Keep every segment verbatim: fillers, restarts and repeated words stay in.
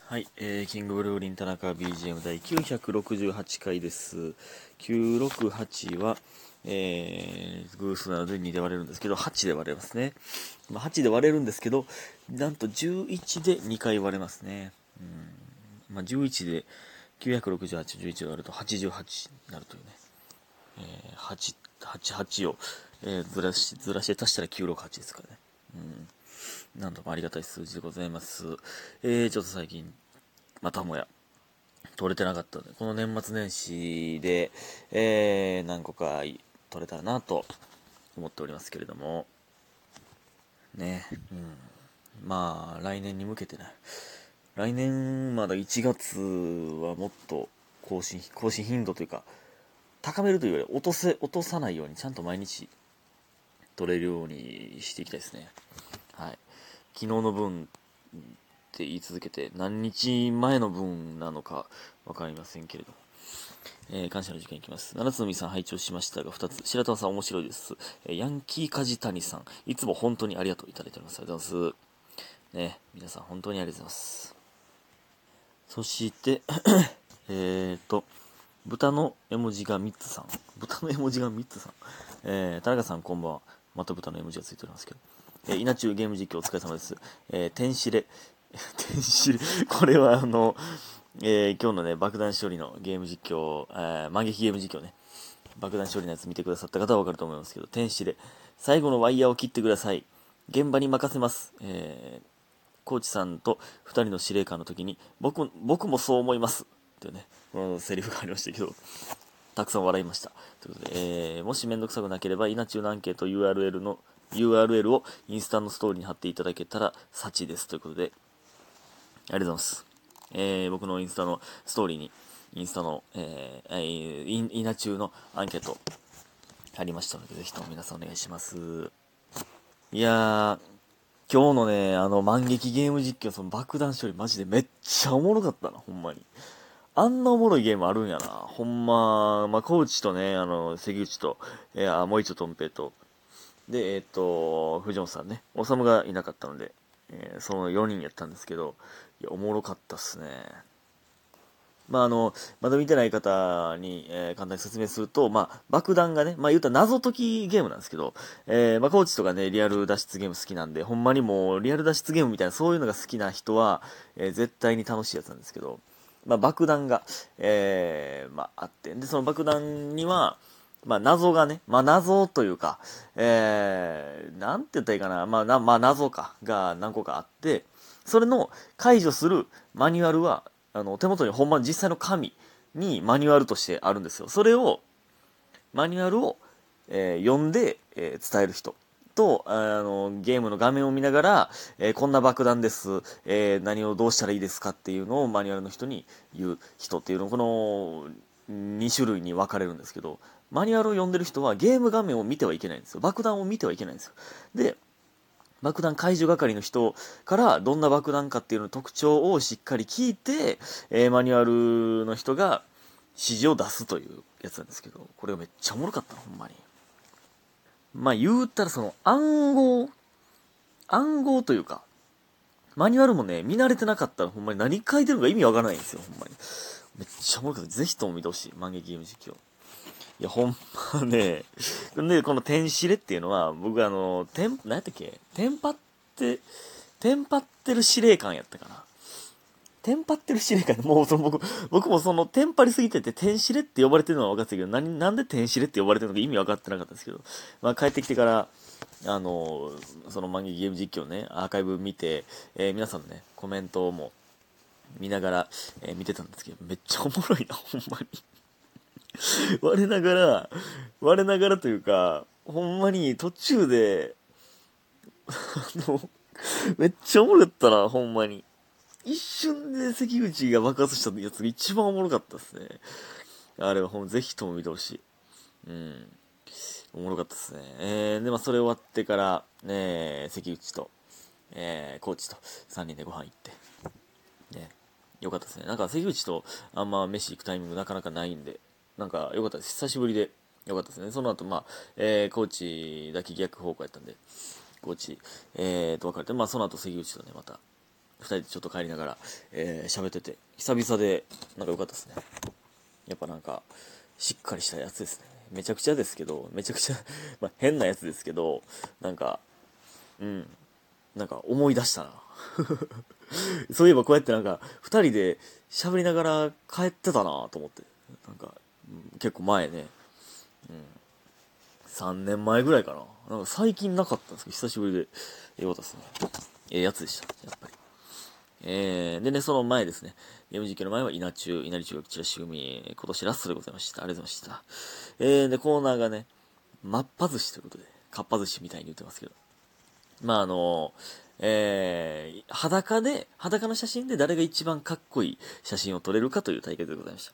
はい、えー、キングブルーリン田中 ビージーエム 第きゅうひゃくろくじゅうはちかいです。きゅうひゃくろくじゅうはちは、えー、偶数なのでにで割れるんですけど、はちで割れますね。まあ、はちで割れるんですけど、なんとじゅういちでにかい割れますね。うん、まあ、じゅういちできゅうひゃくろくじゅうはち、じゅういちで割るとはちじゅうはちになるというね。えー、はち、はち、はちを、えー、ずらし、ずらして足したらきゅうひゃくろくじゅうはちですからね。うんなんともありがたい数字でございます。えー、ちょっと最近、またもや、取れてなかったので、この年末年始で、えー、何個か取れたらなと思っておりますけれども、ね、うん。まあ、来年に向けてね、来年まだいちがつはもっと更新、更新頻度というか、高めるというより落とせ、落とさないようにちゃんと毎日取れるようにしていきたいですね。はい。昨日の分って言い続けて何日前の分なのか分かりませんけれども、えー、感謝の時間いきます。七つのみさん拝聴しましたがふたつ、白玉さん面白いです、えー、ヤンキー梶谷さんいつも本当にありがとういただいております。ありがとうございますね。皆さん本当にありがとうございます。そしてえっと豚の絵文字がみっつさん豚の絵文字がみっつさん、えー、田中さんこんばんは。また豚の絵文字がついておりますけど、えー、稲中ゲーム実況お疲れ様です。えー、天使レ天使レこれはあの、えー、今日のね爆弾処理のゲーム実況、えー、万劇ゲーム実況ね、爆弾処理のやつ見てくださった方は分かると思いますけど、天使レ最後のワイヤーを切ってください、現場に任せます。えー、コーチさんとふたりの司令官の時に僕僕もそう思いますっていうね、このセリフがありましたけど、たくさん笑いました。ということで、えー、もしめんどくさくなければ、稲中のアンケート ユーアールエル の ユーアールエル をインスタのストーリーに貼っていただけたら幸です。ということで、ありがとうございます。えー、僕のインスタのストーリーに、インスタの、えー、イン稲中のアンケート貼りましたので、ぜひとも皆さんお願いします。いやー、今日のね、あの、万劇ゲーム実況、その爆弾処理マジでめっちゃおもろかったな、ほんまに。あんなおもろいゲームあるんやな。ほんま、まあ、コーチとね、あの、関口と、えー、あ、もう一度とんぺいと、で、えっ、と、藤本さんね、おさむがいなかったので、えーそのよにんやったんですけど、いや、おもろかったっすね。まあ、あの、まだ見てない方に、えー簡単に説明すると、まあ、爆弾がね、まあ、言うたら謎解きゲームなんですけど、えーまあ、コーチとかね、リアル脱出ゲーム好きなんで、ほんまにもう、リアル脱出ゲームみたいな、そういうのが好きな人は、えー絶対に楽しいやつなんですけど、まあ、爆弾が、えーまあ、あって、で、その爆弾には、まあ、謎がね、まあ、謎というか、えー、なんて言ったらいいかな、まあ、な、まあ、謎か、が何個かあって、それの解除するマニュアルは、あの、手元にほんまに実際の紙にマニュアルとしてあるんですよ。それを、マニュアルを、えー読んで、えー伝える人と、あの、ゲームの画面を見ながら、えーこんな爆弾です、えー何をどうしたらいいですかっていうのをマニュアルの人に言う人っていうの、このに種類に分かれるんですけど、マニュアルを読んでる人はゲーム画面を見てはいけないんですよ。爆弾を見てはいけないんですよ。で、爆弾解除係の人からどんな爆弾かっていうの特徴をしっかり聞いて、えーマニュアルの人が指示を出すというやつなんですけど、これがめっちゃおもろかったな、ほんまに。まあ言うたらその暗号、暗号というか、マニュアルもね、見慣れてなかったらほんまに何書いてるのか意味わからないんですよ、ほんまに。めっちゃおもろかった。ぜひとも見てほしい。万劇ゲーム実況。いや、ほんまね。で、この天使レっていうのは、僕あの、テン、何やったっけテンパって、テンパってる司令官やったかな。テンパってる司令官、もうその僕、僕もそのテンパりすぎてて、天使レって呼ばれてるのは分かってたけど、何、なんで天使レって呼ばれてるのか意味分かってなかったんですけど、まあ帰ってきてから、あの、その漫画ゲーム実況ね、アーカイブ見て、えー皆さんのね、コメントも見ながら、えー見てたんですけど、めっちゃおもろいな、ほんまに。我ながら、我ながらというか、ほんまに途中で、あの、めっちゃおもろかったな、ほんまに。一瞬で関口が爆発したやつが一番おもろかったですね。あれはほんぜひとも見てほしい。うん。おもろかったですね。えー、で、まあそれ終わってから、ね、関口と、えー、コーチとさんにんでご飯行って、ね、よかったですね。なんか関口とあんま飯行くタイミングなかなかないんで、なんかよかったです。久しぶりでよかったですね。その後、まあ、えー、コーチだけ逆方向やったんで、コーチ、えーと別れて、まあその後関口とね、また、 ふたりでちょっと帰りながら、えー、喋ってて、久々で、なんか良かったですね。やっぱなんか、しっかりしたやつですね。めちゃくちゃですけど、めちゃくちゃまあ変なやつですけど、なんか、うん、なんか思い出したな。そういえばこうやってなんか、二人で喋りながら帰ってたなと思って。なんか、うん、結構前ね、うん、さんねんまえぐらいかな。なんか最近なかったんですけど、久しぶりで、えよかったですね。ええやつでした、やっぱり。えー、でね、その前ですね。ゲーム実況の前は稲中、稲荷中学チラシ組、今年ラストでございました。ありがとうございました。えー、で、コーナーがね、まっぱ寿司ということで、かっぱ寿司みたいに言ってますけど。まあ、あの、えー、裸で、裸の写真で誰が一番かっこいい写真を撮れるかという対決でございました。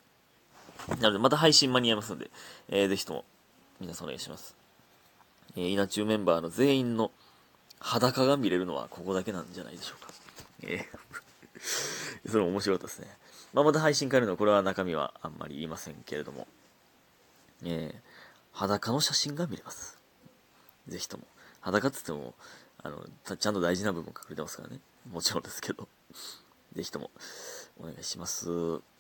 なので、また配信間に合いますので、えー、ぜひとも、皆さんお願いします。えー、稲中メンバーの全員の裸が見れるのはここだけなんじゃないでしょうか。えー、それも面白かったですね。まあ、また配信変えるのは、これは中身はあんまり言いませんけれども、えー、裸の写真が見れます。ぜひとも。裸って言っても、あの、ちゃんと大事な部分隠れてますからね。もちろんですけど。ぜひとも、お願いします。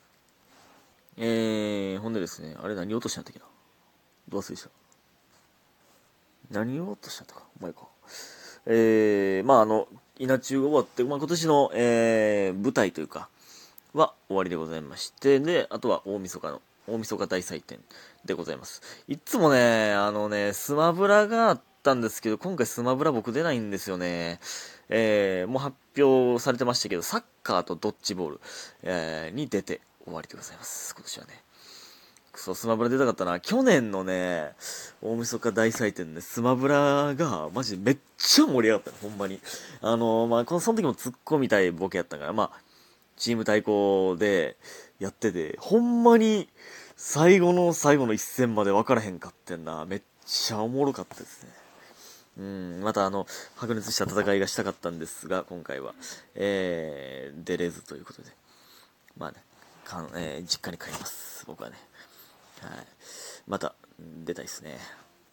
えー、ほんでですね、あれ何落としたんだっけな。どう忘れした。何を落としたんだか。お前か。えー、まああの、稲中が終わって、まあ今年の、えー、舞台というか、は終わりでございまして、で、あとは大晦日の、大晦日大祭典でございます。いつもね、あのね、スマブラがあったんですけど、今回スマブラ僕出ないんですよね。えー、もう発表されてましたけど、サッカーとドッジボール、えー、に出て終わりでございます。今年はね。そう、スマブラ出たかったな。去年のね、大晦日大祭典で、スマブラが、マジでめっちゃ盛り上がったの、ほんまに。あのー、まあ、この、その時も突っ込みたいボケやったから、まあ、チーム対抗でやってて、ほんまに、最後の最後の一戦まで分からへんかってんな。めっちゃおもろかったですね。うん、またあの、白熱した戦いがしたかったんですが、今回は、えー、出れずということで。まあね、かん、えー、実家に帰ります。僕はね。はい。また、出たいですね。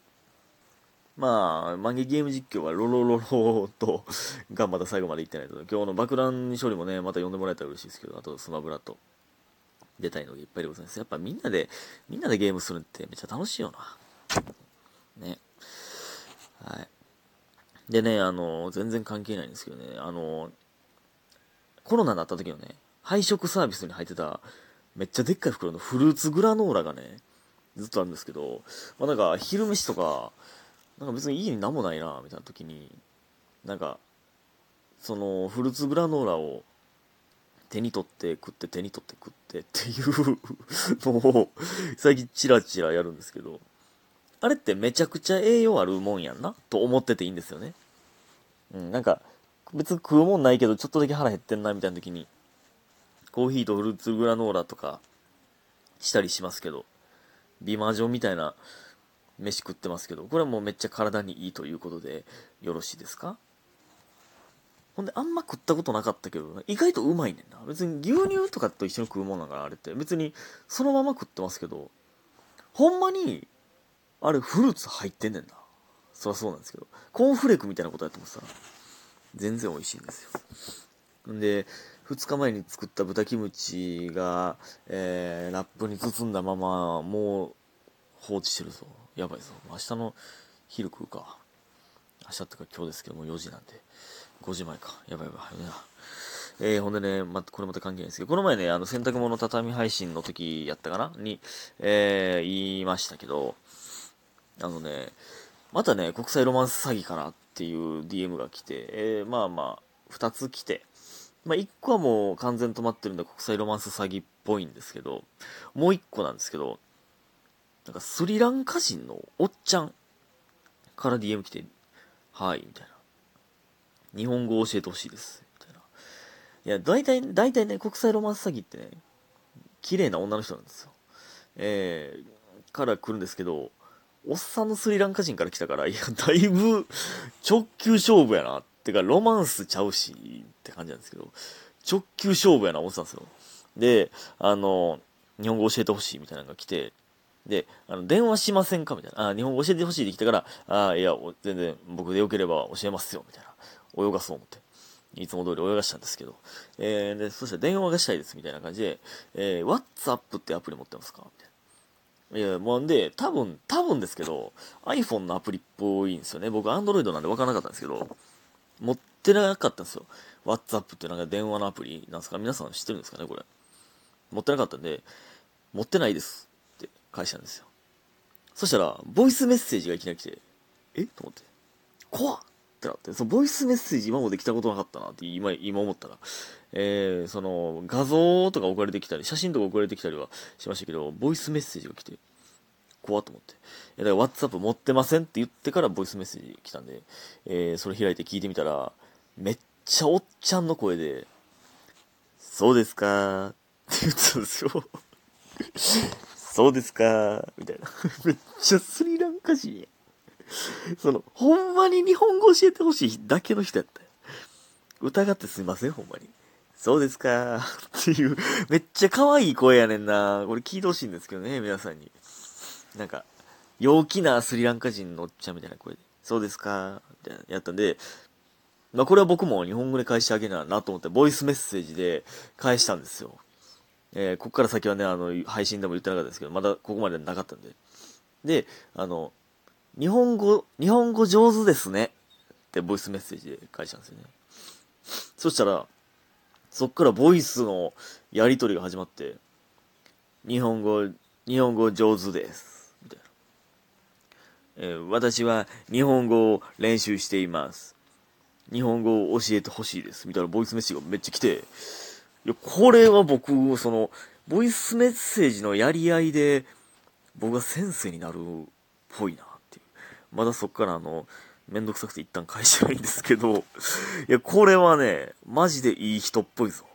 まあ、万華ゲーム実況はロロロロとがまだ最後まで行ってないと。今日の爆弾処理もね、また呼んでもらえたら嬉しいですけど、あとスマブラと出たいのがいっぱいでございます。やっぱみんなで、みんなでゲームするってめっちゃ楽しいよな。ね。はい。でね、あの、全然関係ないんですけどね、あの、コロナになった時のね、配食サービスに入ってた、めっちゃでっかい袋のフルーツグラノーラがね、ずっとあるんですけど、まあ、なんか昼飯とか、なんか別に家に何もないなみたいな時に、なんかそのフルーツグラノーラを手に取って食って手に取って食ってっていうのを最近チラチラやるんですけど、あれってめちゃくちゃ栄養あるもんやんなと思ってていいんですよね。うん、なんか別に食うもんないけどちょっとだけ腹減ってんなみたいな時にコーヒーとフルーツグラノーラとかしたりしますけど、美魔女みたいな飯食ってますけど、これはもうめっちゃ体にいいということでよろしいですか？ほんであんま食ったことなかったけど、意外とうまいねんな。別に牛乳とかと一緒に食うもんだから、あれって別にそのまま食ってますけど、ほんまにあれフルーツ入ってんねんな。そりゃそうなんですけど、コーンフレークみたいなことやってもさ、全然美味しいんですよ。んでふつかまえに作った豚キムチが、えー、ラップに包んだままもう放置してるぞ。やばいぞ。明日の昼食うか。明日ってか今日ですけどもよじなんで。ごじまえか。やばいやばい。やばいな。えー、ほんでね、ま、これまた関係ないんですけど、この前ね、あの、洗濯物畳配信の時やったかなに、えー、言いましたけど、あのね、またね、国際ロマンス詐欺かなっていう ディーエム が来て、えー、まあまあ、ふたつ来て、まあ、いっこはもう完全止まってるんで国際ロマンス詐欺っぽいんですけど、もういっこなんですけど、なんかスリランカ人のおっちゃんから ディーエム 来て、はい、みたいな。日本語を教えてほしいです。みたいな。いや、大体、大体ね、国際ロマンス詐欺ってね、綺麗な女の人なんですよ。えー、から来るんですけど、おっさんのスリランカ人から来たから、いや、だいぶ直球勝負やな。ってか、ロマンスちゃうし、って感じなんですけど、直球勝負やな、思ってたんですよ。で、あの、日本語教えてほしいみたいなのが来て、で、あの、電話しませんかみたいな。あ、日本語教えてほしいって来たから、あ、いや、全然僕でよければ教えますよ、みたいな。泳がそう思って。 いつも通り泳がしたんですけど、えー、で、そしたら電話がしたいですみたいな感じで、えー、WhatsApp ってアプリ持ってますかみたいな。いや、もうんで、多分、多分ですけど、iPhone のアプリっぽいんですよね。僕、Android なんで分からなかったんですけど、持ってなかったんですよ。WhatsApp ってなんか電話のアプリなんですか？皆さん知ってるんですかねこれ。持ってなかったんで、持ってないですって返したんですよ。そしたら、ボイスメッセージがいきなり来て、えと思って。怖っってなって、そのボイスメッセージ今まで来たことなかったなって今、今思ったら、えー、その画像とか送られてきたり、写真とか送られてきたりはしましたけど、ボイスメッセージが来て、怖っと思って。だから WhatsApp 持ってませんって言ってからボイスメッセージ来たんで、えー、それ開いて聞いてみたら、めっちゃおっちゃんの声で、そうですかーって言ってたんですよ。そうですかーみたいな。めっちゃスリランカ人や。その、ほんまに日本語教えてほしいだけの人やったよ。疑ってすいません、ほんまに。そうですかーっていう、めっちゃ可愛い声やねんな。これ聞いてほしいんですけどね、皆さんに。なんか、陽気なスリランカ人のおっちゃんみたいな声で、そうですかみたいなやったんで、まあこれは僕も日本語で返してあげななと思って、ボイスメッセージで返したんですよ。えー、ここから先はね、あの、配信でも言ってなかったですけど、まだここまでなかったんで。で、あの、日本語、日本語上手ですねってボイスメッセージで返したんですよね。そしたら、そっからボイスのやりとりが始まって、日本語、日本語上手です。みたいな。えー、私は日本語を練習しています。日本語を教えてほしいです。みたいなボイスメッセージがめっちゃ来て、いや、これは僕、その、ボイスメッセージのやり合いで、僕が先生になるっぽいなっていう。まだそっからあの、めんどくさくて一旦返してないんですけど、いや、これはね、マジでいい人っぽいぞ。